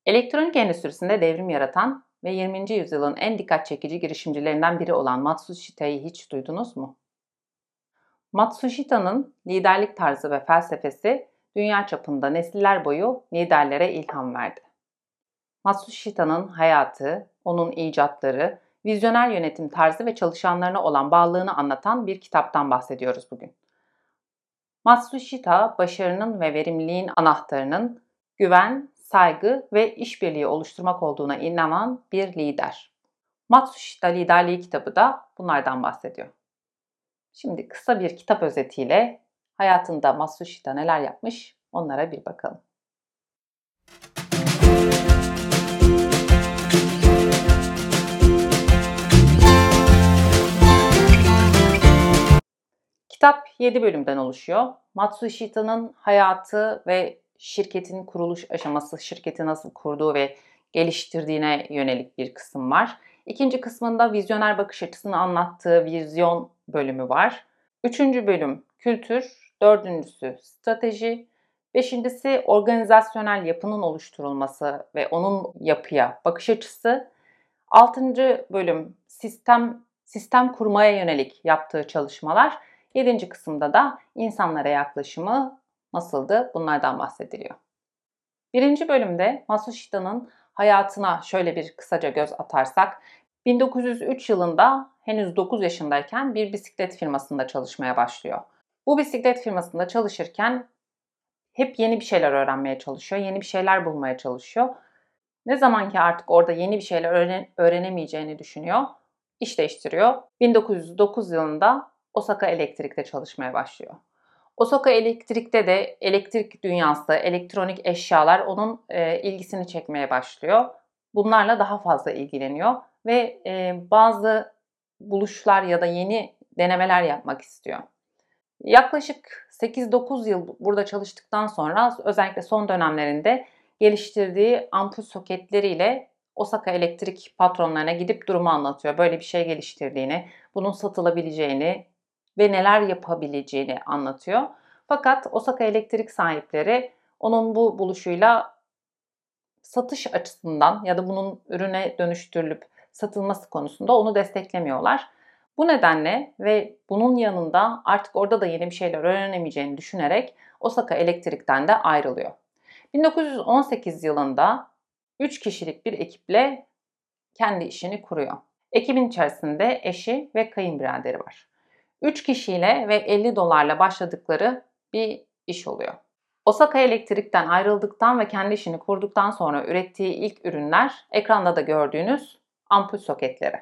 Elektronik endüstrisinde devrim yaratan ve 20. yüzyılın en dikkat çekici girişimcilerinden biri olan Matsushita'yı hiç duydunuz mu? Matsushita'nın liderlik tarzı ve felsefesi dünya çapında nesiller boyu liderlere ilham verdi. Matsushita'nın hayatı, onun icatları, vizyoner yönetim tarzı ve çalışanlarına olan bağlılığını anlatan bir kitaptan bahsediyoruz bugün. Matsushita, başarının ve verimliliğin anahtarının güven, saygı ve işbirliği oluşturmak olduğuna inanan bir lider. Matsushita Liderliği kitabı da bunlardan bahsediyor. Şimdi kısa bir kitap özetiyle hayatında Matsushita neler yapmış onlara bir bakalım. Kitap 7 bölümden oluşuyor. Matsushita'nın hayatı ve şirketin kuruluş aşaması, şirketi nasıl kurduğu ve geliştirdiğine yönelik bir kısım var. İkinci kısmında vizyoner bakış açısını anlattığı vizyon bölümü var. Üçüncü bölüm kültür, dördüncüsü strateji, beşincisi organizasyonel yapının oluşturulması ve onun yapıya bakış açısı. Altıncı bölüm sistem kurmaya yönelik yaptığı çalışmalar. Yedinci kısımda da insanlara yaklaşımı nasıldı? Bunlardan bahsediliyor. Birinci bölümde Matsushita'nın hayatına şöyle bir kısaca göz atarsak, 1903 yılında henüz 9 yaşındayken bir bisiklet firmasında çalışmaya başlıyor. Bu bisiklet firmasında çalışırken hep yeni bir şeyler öğrenmeye çalışıyor, yeni bir şeyler bulmaya çalışıyor. Ne zaman ki artık orada yeni bir şeyler öğrenemeyeceğini düşünüyor, iş değiştiriyor. 1909 yılında Osaka Elektrik'te çalışmaya başlıyor. Osaka Elektrik'te de elektrik dünyası, elektronik eşyalar onun ilgisini çekmeye başlıyor. Bunlarla daha fazla ilgileniyor ve bazı buluşlar ya da yeni denemeler yapmak istiyor. Yaklaşık 8-9 yıl burada çalıştıktan sonra özellikle son dönemlerinde geliştirdiği ampul soketleriyle Osaka Elektrik patronlarına gidip durumu anlatıyor. Böyle bir şey geliştirdiğini, bunun satılabileceğini ve neler yapabileceğini anlatıyor. Fakat Osaka Elektrik sahipleri onun bu buluşuyla satış açısından ya da bunun ürüne dönüştürülüp satılması konusunda onu desteklemiyorlar. Bu nedenle ve bunun yanında artık orada da yeni bir şeyler öğrenemeyeceğini düşünerek Osaka Elektrik'ten de ayrılıyor. 1918 yılında 3 kişilik bir ekiple kendi işini kuruyor. Ekibin içerisinde eşi ve kayınbiraderi var. 3 kişiyle ve $50'la başladıkları bir iş oluyor. Osaka Elektrik'ten ayrıldıktan ve kendi işini kurduktan sonra ürettiği ilk ürünler ekranda da gördüğünüz ampul soketleri.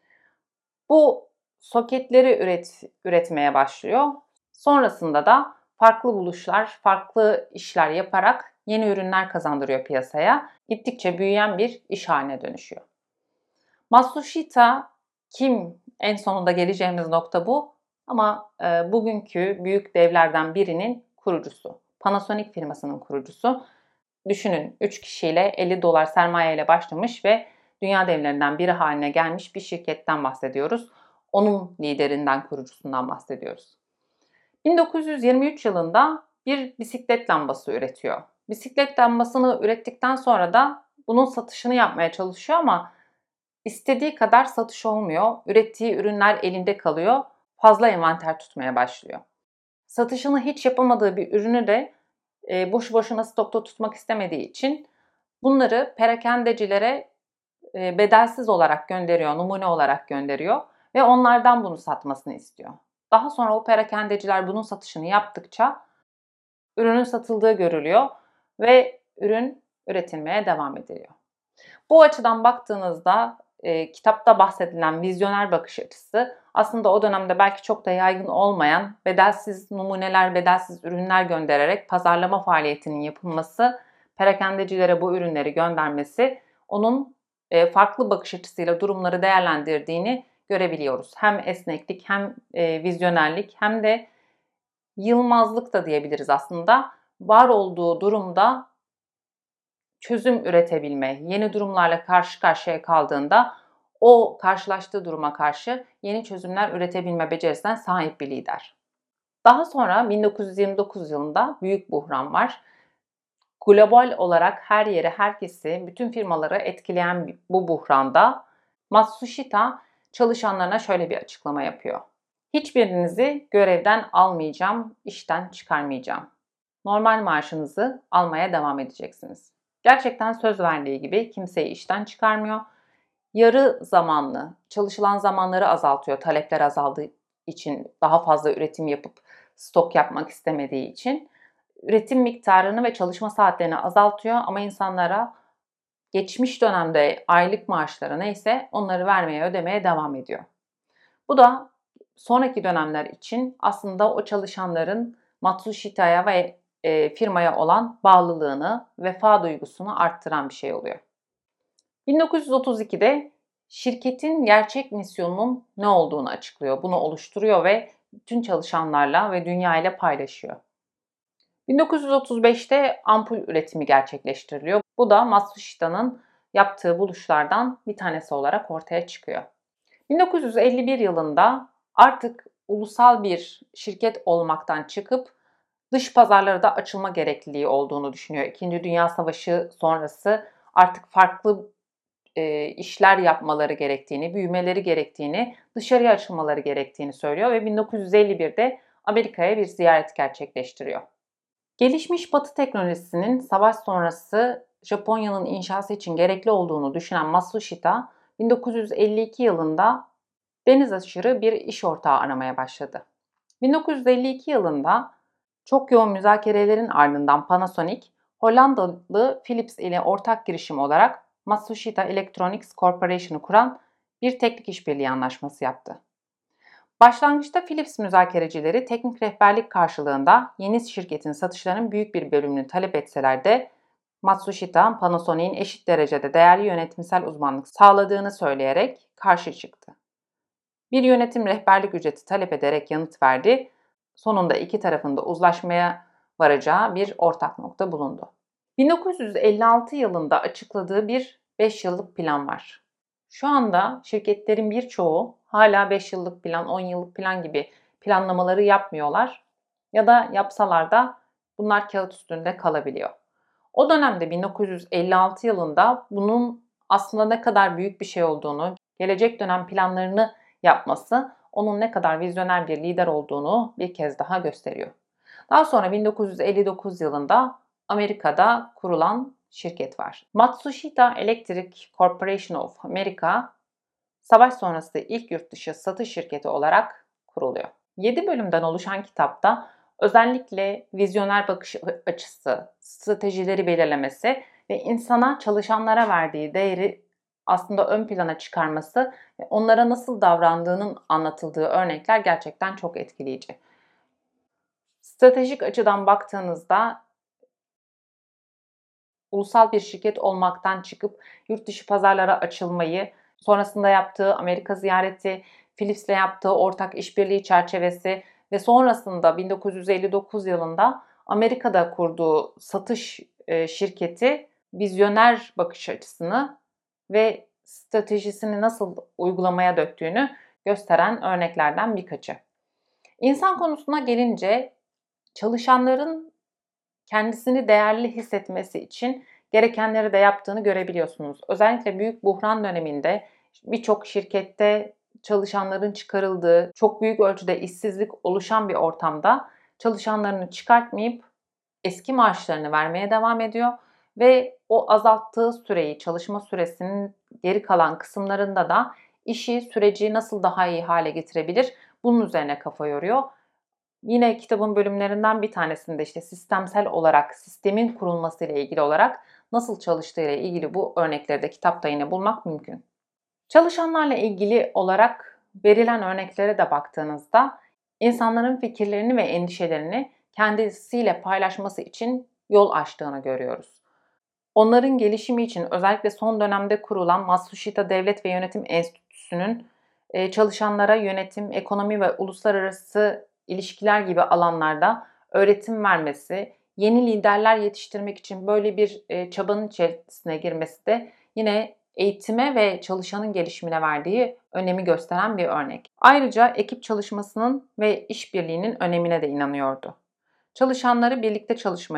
Bu soketleri üretmeye başlıyor. Sonrasında da farklı buluşlar, farklı işler yaparak yeni ürünler kazandırıyor piyasaya. Gittikçe büyüyen bir iş haline dönüşüyor. Matsushita kim? En sonunda geleceğimiz nokta bu. Ama bugünkü büyük devlerden birinin kurucusu. Panasonic firmasının kurucusu. Düşünün 3 kişiyle $50 sermaye ile başlamış ve dünya devlerinden biri haline gelmiş bir şirketten bahsediyoruz. Onun liderinden, kurucusundan bahsediyoruz. 1923 yılında bir bisiklet lambası üretiyor. Bisiklet lambasını ürettikten sonra da bunun satışını yapmaya çalışıyor ama istediği kadar satış olmuyor. Ürettiği ürünler elinde kalıyor. Fazla envanter tutmaya başlıyor. Satışını hiç yapamadığı bir ürünü de boşu boşuna stokta tutmak istemediği için bunları perakendecilere bedelsiz olarak gönderiyor, numune olarak gönderiyor ve onlardan bunu satmasını istiyor. Daha sonra o perakendeciler bunun satışını yaptıkça ürünün satıldığı görülüyor ve ürün üretilmeye devam ediliyor. Bu açıdan baktığınızda kitapta bahsedilen vizyoner bakış açısı aslında o dönemde belki çok da yaygın olmayan bedelsiz numuneler, bedelsiz ürünler göndererek pazarlama faaliyetinin yapılması, perakendecilere bu ürünleri göndermesi onun farklı bakış açısıyla durumları değerlendirdiğini görebiliyoruz. Hem esneklik hem vizyonerlik hem de yılmazlık da diyebiliriz aslında. Var olduğu durumda çözüm üretebilme, yeni durumlarla karşı karşıya kaldığında o karşılaştığı duruma karşı yeni çözümler üretebilme becerisine sahip bir lider. Daha sonra 1929 yılında büyük buhran var. Global olarak her yeri, herkesi, bütün firmaları etkileyen bu buhranda Matsushita çalışanlarına şöyle bir açıklama yapıyor. Hiçbirinizi görevden almayacağım, işten çıkarmayacağım. Normal maaşınızı almaya devam edeceksiniz. Gerçekten söz verdiği gibi kimseyi işten çıkarmıyor. Yarı zamanlı, çalışılan zamanları azaltıyor. Talepler azaldığı için, daha fazla üretim yapıp stok yapmak istemediği için. Üretim miktarını ve çalışma saatlerini azaltıyor ama insanlara geçmiş dönemde aylık maaşları neyse onları vermeye, ödemeye devam ediyor. Bu da sonraki dönemler için aslında o çalışanların Matsushita'ya ve firmaya olan bağlılığını, vefa duygusunu arttıran bir şey oluyor. 1932'de şirketin gerçek misyonunun ne olduğunu açıklıyor. Bunu oluşturuyor ve bütün çalışanlarla ve dünya ile paylaşıyor. 1935'te ampul üretimi gerçekleştiriliyor. Bu da Matsushita'nın yaptığı buluşlardan bir tanesi olarak ortaya çıkıyor. 1951 yılında artık ulusal bir şirket olmaktan çıkıp dış pazarlara da açılma gerekliliği olduğunu düşünüyor. İkinci Dünya Savaşı sonrası artık farklı işler yapmaları gerektiğini, büyümeleri gerektiğini, dışarıya açılmaları gerektiğini söylüyor ve 1951'de Amerika'ya bir ziyaret gerçekleştiriyor. Gelişmiş Batı teknolojisinin savaş sonrası Japonya'nın inşası için gerekli olduğunu düşünen Matsushita, 1952 yılında deniz aşırı bir iş ortağı aramaya başladı. 1952 yılında çok yoğun müzakerelerin ardından Panasonic, Hollandalı Philips ile ortak girişim olarak Matsushita Electronics Corporation'ı kuran bir teknik işbirliği anlaşması yaptı. Başlangıçta Philips müzakerecileri teknik rehberlik karşılığında yeni şirketin satışlarının büyük bir bölümünü talep etseler de Matsushita, Panasonic'in eşit derecede değerli yönetimsel uzmanlık sağladığını söyleyerek karşı çıktı. Bir yönetim rehberlik ücreti talep ederek yanıt verdi. Sonunda iki tarafın da uzlaşmaya varacağı bir ortak nokta bulundu. 1956 yılında açıkladığı bir 5 yıllık plan var. Şu anda şirketlerin birçoğu hala 5 yıllık plan, 10 yıllık plan gibi planlamaları yapmıyorlar. Ya da yapsalar da bunlar kağıt üstünde kalabiliyor. O dönemde 1956 yılında bunun aslında ne kadar büyük bir şey olduğunu, gelecek dönem planlarını yapması onun ne kadar vizyoner bir lider olduğunu bir kez daha gösteriyor. Daha sonra 1959 yılında Amerika'da kurulan şirket var. Matsushita Electric Corporation of America, savaş sonrası ilk yurt dışı satış şirketi olarak kuruluyor. 7 bölümden oluşan kitapta özellikle vizyoner bakış açısı, stratejileri belirlemesi ve insana, çalışanlara verdiği değeri aslında ön plana çıkarması ve onlara nasıl davrandığının anlatıldığı örnekler gerçekten çok etkileyici. Stratejik açıdan baktığınızda ulusal bir şirket olmaktan çıkıp yurt dışı pazarlara açılmayı, sonrasında yaptığı Amerika ziyareti, Philips'le yaptığı ortak işbirliği çerçevesi ve sonrasında 1959 yılında Amerika'da kurduğu satış şirketi vizyoner bakış açısını ve stratejisini nasıl uygulamaya döktüğünü gösteren örneklerden birkaçı. İnsan konusuna gelince çalışanların kendisini değerli hissetmesi için gerekenleri de yaptığını görebiliyorsunuz. Özellikle büyük buhran döneminde birçok şirkette çalışanların çıkarıldığı, çok büyük ölçüde işsizlik oluşan bir ortamda çalışanlarını çıkartmayıp eski maaşlarını vermeye devam ediyor ve o azalttığı süreyi, çalışma süresinin geri kalan kısımlarında da işi, süreci nasıl daha iyi hale getirebilir bunun üzerine kafa yoruyor. Yine kitabın bölümlerinden bir tanesinde işte sistemsel olarak, sistemin kurulması ile ilgili olarak nasıl çalıştığı ile ilgili bu örnekleri de kitapta yine bulmak mümkün. Çalışanlarla ilgili olarak verilen örneklere de baktığınızda insanların fikirlerini ve endişelerini kendisiyle paylaşması için yol açtığını görüyoruz. Onların gelişimi için özellikle son dönemde kurulan Matsushita Devlet ve Yönetim Enstitüsü'nün çalışanlara yönetim, ekonomi ve uluslararası ilişkiler gibi alanlarda öğretim vermesi, yeni liderler yetiştirmek için böyle bir çabanın içerisine girmesi de yine eğitime ve çalışanın gelişimine verdiği önemi gösteren bir örnek. Ayrıca ekip çalışmasının ve işbirliğinin önemine de inanıyordu. Çalışanları birlikte çalışmaya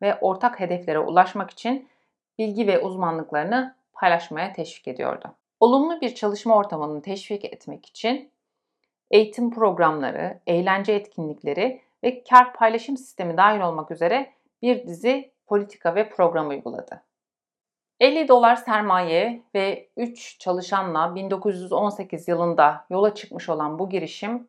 ve ortak hedeflere ulaşmak için bilgi ve uzmanlıklarını paylaşmaya teşvik ediyordu. Olumlu bir çalışma ortamını teşvik etmek için eğitim programları, eğlence etkinlikleri ve kar paylaşım sistemi dahil olmak üzere bir dizi politika ve program uyguladı. $50 sermaye ve 3 çalışanla 1918 yılında yola çıkmış olan bu girişim,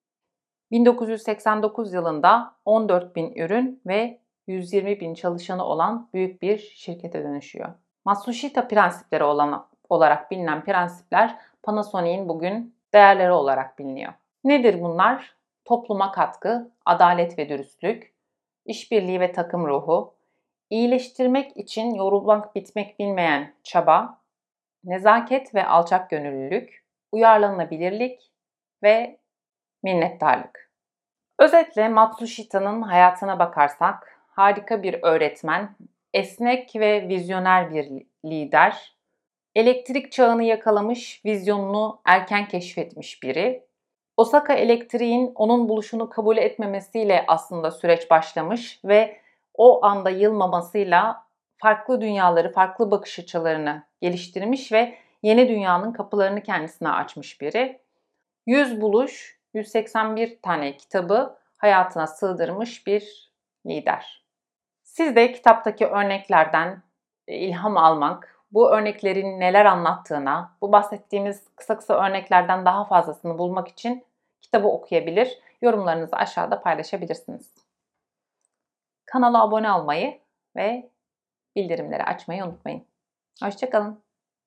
1989 yılında 14.000 ürün ve 120.000 çalışanı olan büyük bir şirkete dönüşüyor. Matsushita prensipleri olarak bilinen prensipler Panasonic'in bugün değerleri olarak biliniyor. Nedir bunlar? Topluma katkı, adalet ve dürüstlük, işbirliği ve takım ruhu, iyileştirmek için yorulmak bitmek bilmeyen çaba, nezaket ve alçak gönüllülük, uyarlanabilirlik ve minnettarlık. Özetle Matsushita'nın hayatına bakarsak harika bir öğretmen, esnek ve vizyoner bir lider, elektrik çağını yakalamış, vizyonunu erken keşfetmiş biri. Osaka Elektriğin onun buluşunu kabul etmemesiyle aslında süreç başlamış ve o anda yılmamasıyla farklı dünyaları, farklı bakış açılarını geliştirmiş ve yeni dünyanın kapılarını kendisine açmış biri. 100 buluş, 181 tane kitabı hayatına sığdırmış bir lider. Siz de kitaptaki örneklerden ilham almak, bu örneklerin neler anlattığına, bu bahsettiğimiz kısa kısa örneklerden daha fazlasını bulmak için kitabı okuyabilir, yorumlarınızı aşağıda paylaşabilirsiniz. Kanala abone olmayı ve bildirimleri açmayı unutmayın. Hoşça kalın.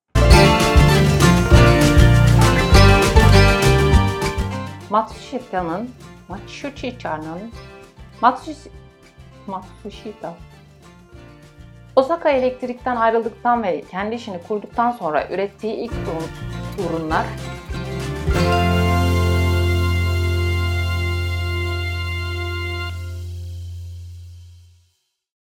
Matsushita Osaka Elektrik'ten ayrıldıktan ve kendi işini kurduktan sonra ürettiği ilk ürünler